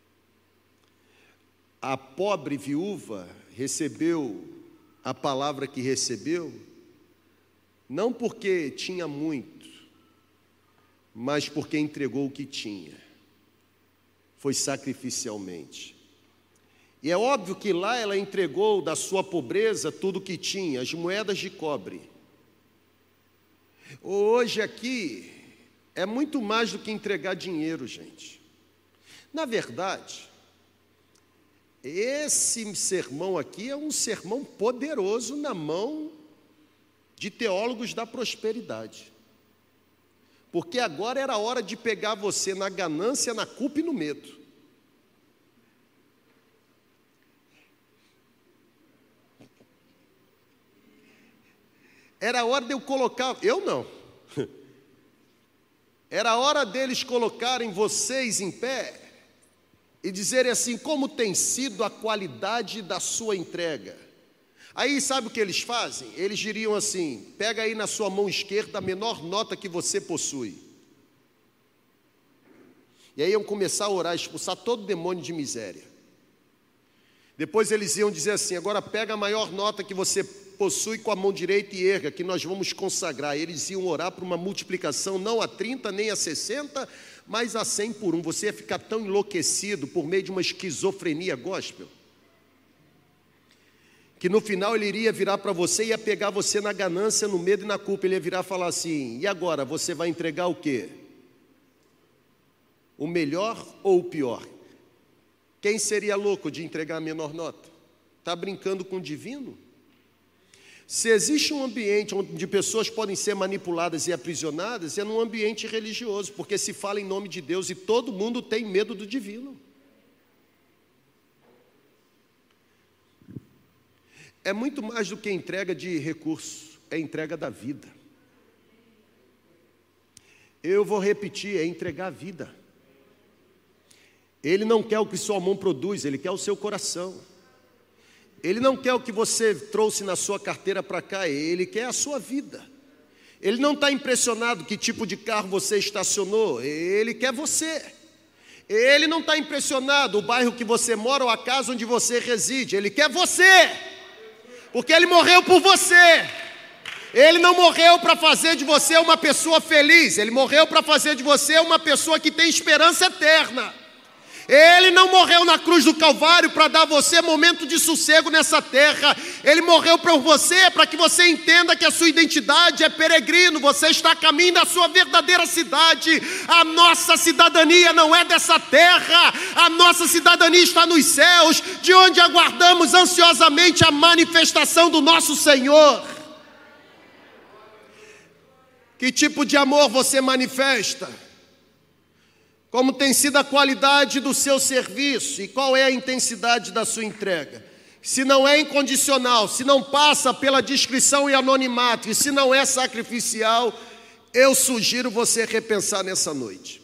A pobre viúva recebeu a palavra que recebeu, não porque tinha muito, mas porque entregou o que tinha. Foi sacrificialmente. E é óbvio que lá ela entregou da sua pobreza tudo o que tinha, as moedas de cobre. Hoje aqui é muito mais do que entregar dinheiro, gente. Na verdade, esse sermão aqui é um sermão poderoso na mão de teólogos da prosperidade. Porque agora era a hora de pegar você na ganância, na culpa e no medo. Era a hora de eu colocar, eu não. Era a hora deles colocarem vocês em pé e dizerem assim: como tem sido a qualidade da sua entrega? Aí sabe o que eles fazem? Eles diriam assim: pega aí na sua mão esquerda a menor nota que você possui. E aí iam começar a orar, expulsar todo demônio de miséria. Depois eles iam dizer assim: agora pega a maior nota que você possui com a mão direita e erga, que nós vamos consagrar. Eles iam orar para uma multiplicação não a trinta nem a sessenta, mas a cem por um. Você ia ficar tão enlouquecido por meio de uma esquizofrenia gospel, que no final ele iria virar para você e ia pegar você na ganância, no medo e na culpa. Ele ia virar e falar assim: e agora, você vai entregar o quê? O melhor ou o pior? Quem seria louco de entregar a menor nota? Está brincando com o divino? Se existe um ambiente onde pessoas podem ser manipuladas e aprisionadas, é num ambiente religioso, porque se fala em nome de Deus e todo mundo tem medo do divino. É muito mais do que entrega de recursos, é entrega da vida. Eu vou repetir, é entregar a vida. Ele não quer o que sua mão produz, ele quer o seu coração. Ele não quer o que você trouxe na sua carteira para cá, ele quer a sua vida. Ele não está impressionado que tipo de carro você estacionou, ele quer você. Ele não está impressionado o bairro que você mora ou a casa onde você reside, ele quer você. Porque ele morreu por você. Ele não morreu para fazer de você uma pessoa feliz, ele morreu para fazer de você uma pessoa que tem esperança eterna. Ele não morreu na cruz do Calvário para dar a você momento de sossego nessa terra. Ele morreu por você, para que você entenda que a sua identidade é peregrino. Você está a caminho da sua verdadeira cidade. A nossa cidadania não é dessa terra. A nossa cidadania está nos céus, de onde aguardamos ansiosamente a manifestação do nosso Senhor. Que tipo de amor você manifesta? Como tem sido a qualidade do seu serviço e qual é a intensidade da sua entrega? Se não é incondicional, se não passa pela discrição e anonimato, e se não é sacrificial, eu sugiro você repensar nessa noite.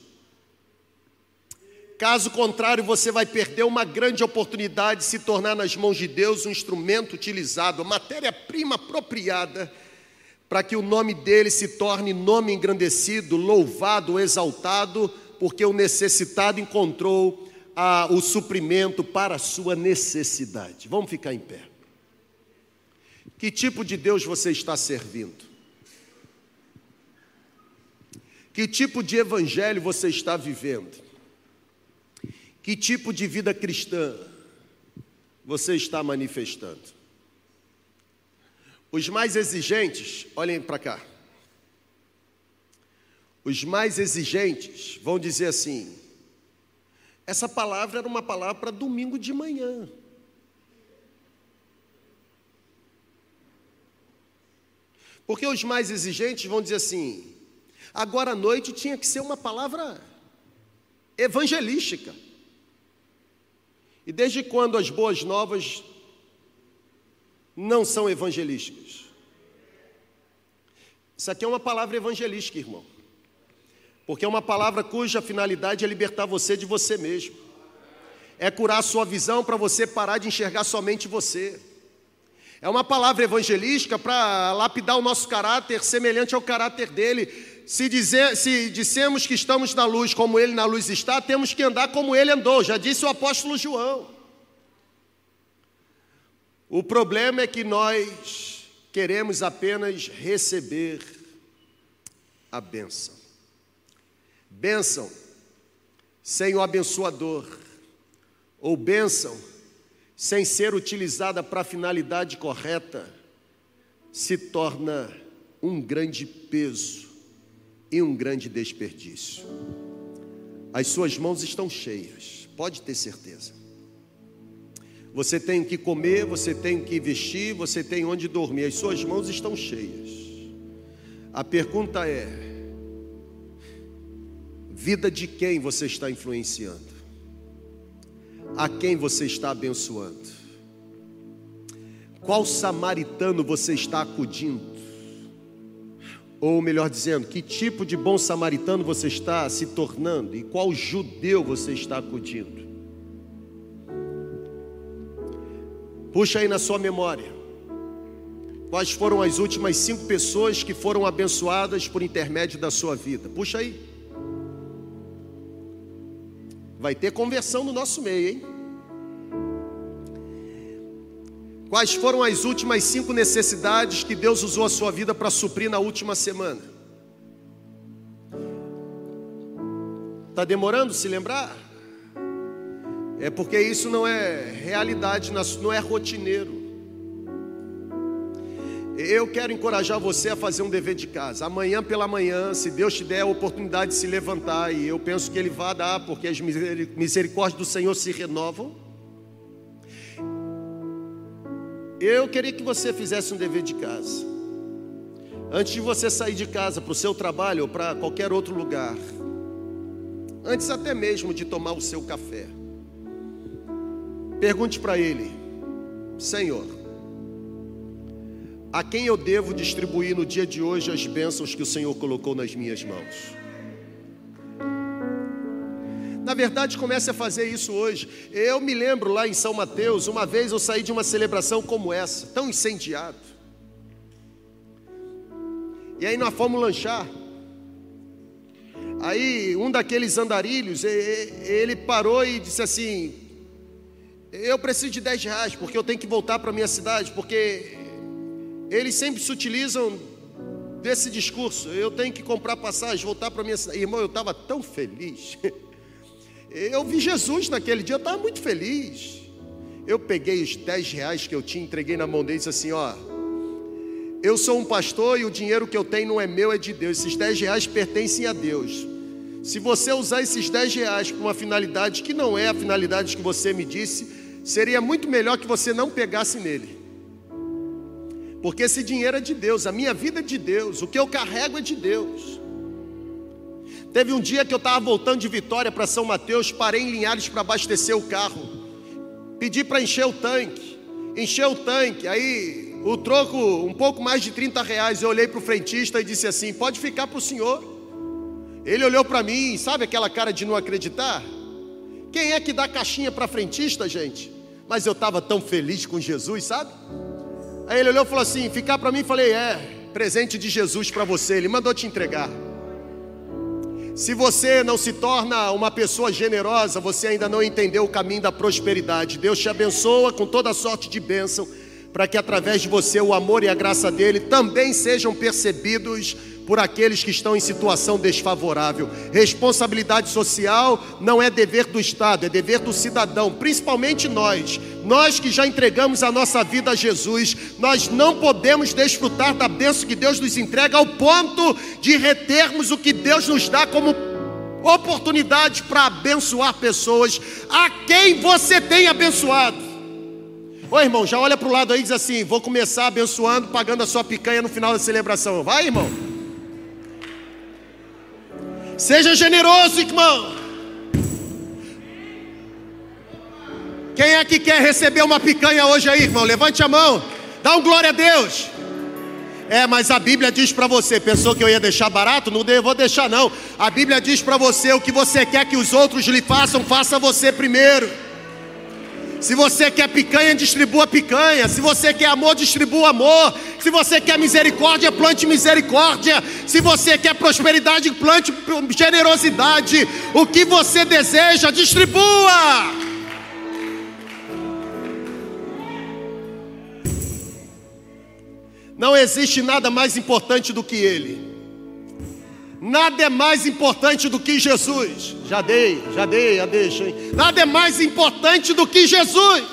Caso contrário, você vai perder uma grande oportunidade de se tornar nas mãos de Deus um instrumento utilizado, a matéria-prima apropriada, para que o nome dele se torne nome engrandecido, louvado, exaltado, porque o necessitado encontrou a, o suprimento para a sua necessidade. Vamos ficar em pé. Que tipo de Deus você está servindo? Que tipo de evangelho você está vivendo? Que tipo de vida cristã você está manifestando? Os mais exigentes, olhem para cá. Os mais exigentes vão dizer assim: essa palavra era uma palavra para domingo de manhã. Porque os mais exigentes vão dizer assim: agora à noite tinha que ser uma palavra evangelística. E desde quando as boas novas não são evangelísticas? Isso aqui é uma palavra evangelística, irmão. Porque é uma palavra cuja finalidade é libertar você de você mesmo. É curar a sua visão para você parar de enxergar somente você. É uma palavra evangelística para lapidar o nosso caráter semelhante ao caráter dele. Se, dizer, se dissemos que estamos na luz como ele na luz está, temos que andar como ele andou, já disse o apóstolo João. O problema é que nós queremos apenas receber a bênção. Bênção sem o abençoador, ou bênção sem ser utilizada para a finalidade correta, se torna um grande peso e um grande desperdício. As suas mãos estão cheias, pode ter certeza. Você tem o que comer, você tem o que vestir, você tem onde dormir, as suas mãos estão cheias. A pergunta é: vida de quem você está influenciando? A quem você está abençoando? Qual samaritano você está acudindo? Ou melhor dizendo, que tipo de bom samaritano você está se tornando? E qual judeu você está acudindo? Puxa aí na sua memória. Quais foram as últimas cinco pessoas que foram abençoadas por intermédio da sua vida? Puxa aí. Vai ter conversão no nosso meio, hein? Quais foram as últimas cinco necessidades que Deus usou a sua vida para suprir na última semana? Está demorando se lembrar? É porque isso não é realidade, não é rotineiro. Eu quero encorajar você a fazer um dever de casa. Amanhã pela manhã, se Deus te der a oportunidade de se levantar, e eu penso que Ele vai dar, porque as misericórdias do Senhor se renovam. Eu queria que você fizesse um dever de casa. Antes de você sair de casa para o seu trabalho ou para qualquer outro lugar, antes até mesmo de tomar o seu café, pergunte para Ele: Senhor, a quem eu devo distribuir no dia de hoje as bênçãos que o Senhor colocou nas minhas mãos? Na verdade, comece a fazer isso hoje. Eu me lembro lá em São Mateus, uma vez eu saí de uma celebração como essa, tão incendiado. E aí nós fomos lanchar. Aí um daqueles andarilhos, ele parou e disse assim: eu preciso de dez reais, porque eu tenho que voltar para a minha cidade, porque eles sempre se utilizam desse discurso: eu tenho que comprar passagem, voltar para a minha cidade. Irmão, eu estava tão feliz. Eu vi Jesus naquele dia, eu estava muito feliz. Eu peguei os dez reais que eu tinha, entreguei na mão dele e disse assim: ó, eu sou um pastor e o dinheiro que eu tenho não é meu, é de Deus. Esses dez reais pertencem a Deus. Se você usar esses dez reais para uma finalidade que não é a finalidade que você me disse, seria muito melhor que você não pegasse nele. Porque esse dinheiro é de Deus, a minha vida é de Deus, o que eu carrego é de Deus. Teve um dia que eu estava voltando de Vitória para São Mateus, parei em Linhares para abastecer o carro. Pedi para encher o tanque, encher o tanque, aí o troco, um pouco mais de trinta reais, eu olhei para o frentista e disse assim, pode ficar para o senhor. Ele olhou para mim, sabe aquela cara de não acreditar? Quem é que dá caixinha para frentista, gente? Mas eu estava tão feliz com Jesus, sabe? Aí ele olhou e falou assim, ficar para mim, falei, é, presente de Jesus para você, ele mandou te entregar. Se você não se torna uma pessoa generosa, você ainda não entendeu o caminho da prosperidade. Deus te abençoa com toda sorte de bênção, para que através de você o amor e a graça dele também sejam percebidos por aqueles que estão em situação desfavorável. Responsabilidade social não é dever do Estado, é dever do cidadão, principalmente nós. Nós que já entregamos a nossa vida a Jesus, nós não podemos desfrutar da bênção que Deus nos entrega ao ponto de retermos o que Deus nos dá como oportunidade para abençoar pessoas a quem você tem abençoado. Ô irmão, já olha para o lado aí e diz assim, vou começar abençoando, pagando a sua picanha no final da celebração. Vai, irmão. Seja generoso, irmão. Quem é que quer receber uma picanha hoje aí, irmão? Levante a mão. Dá um glória a Deus. É, mas a Bíblia diz para você, pensou que eu ia deixar barato? Não vou deixar não. A Bíblia diz para você, o que você quer que os outros lhe façam, faça você primeiro. Se você quer picanha, distribua picanha. Se você quer amor, distribua amor. Se você quer misericórdia, plante misericórdia. Se você quer prosperidade, plante generosidade. O que você deseja, distribua. Não existe nada mais importante do que Ele. Nada é mais importante do que Jesus. Já dei, já dei, já deixa, hein? Nada é mais importante do que Jesus.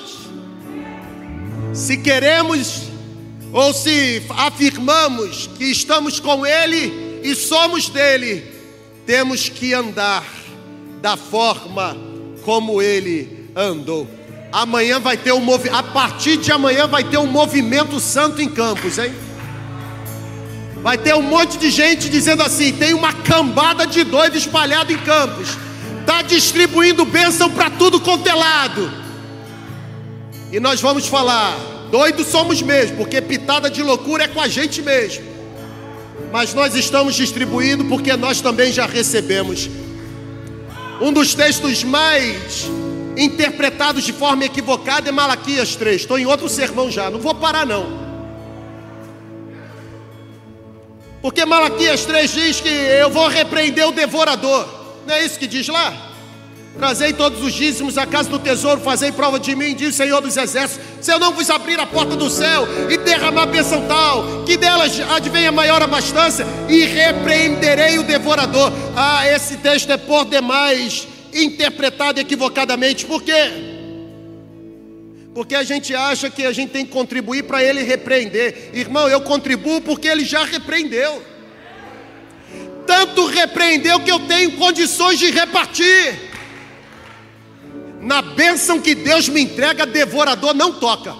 Se queremos ou se afirmamos que estamos com Ele e somos dele, temos que andar da forma como Ele andou. Amanhã vai ter um movimento, a partir de amanhã vai ter um movimento santo em Campos, hein? Vai ter um monte de gente dizendo assim, tem uma cambada de doido espalhado em Campos, está distribuindo bênção para tudo quanto é lado. E nós vamos falar, doidos somos mesmo, porque pitada de loucura é com a gente mesmo. Mas nós estamos distribuindo porque nós também já recebemos. Um dos textos mais interpretados de forma equivocada é Malaquias três. Estou em outro sermão já, não vou parar não. Porque Malaquias três diz que eu vou repreender o devorador. Não é isso que diz lá? Trazei todos os dízimos à casa do tesouro, fazei prova de mim, diz o Senhor dos Exércitos. Se eu não vos abrir a porta do céu e derramar bênção tal, que delas advenha maior abastança, e repreenderei o devorador. Ah, esse texto é por demais interpretado equivocadamente. Por quê? Porque a gente acha que a gente tem que contribuir para ele repreender. Irmão, eu contribuo porque ele já repreendeu. Tanto repreendeu que eu tenho condições de repartir. Na bênção que Deus me entrega, devorador não toca.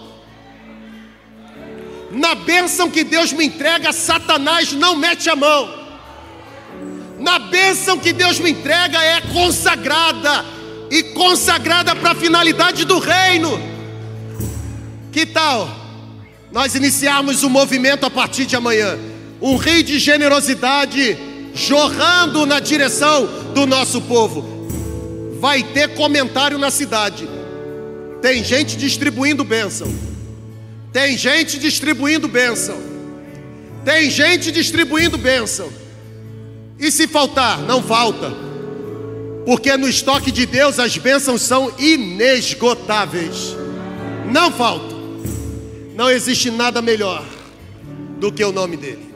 Na bênção que Deus me entrega, Satanás não mete a mão. Na bênção que Deus me entrega é consagrada, e consagrada para a finalidade do reino. Que tal nós iniciarmos um movimento a partir de amanhã? Um rio de generosidade jorrando na direção do nosso povo. Vai ter comentário na cidade. Tem gente distribuindo bênção. Tem gente distribuindo bênção. Tem gente distribuindo bênção. E se faltar? Não falta. Porque no estoque de Deus as bênçãos são inesgotáveis. Não falta. Não existe nada melhor do que o nome dele.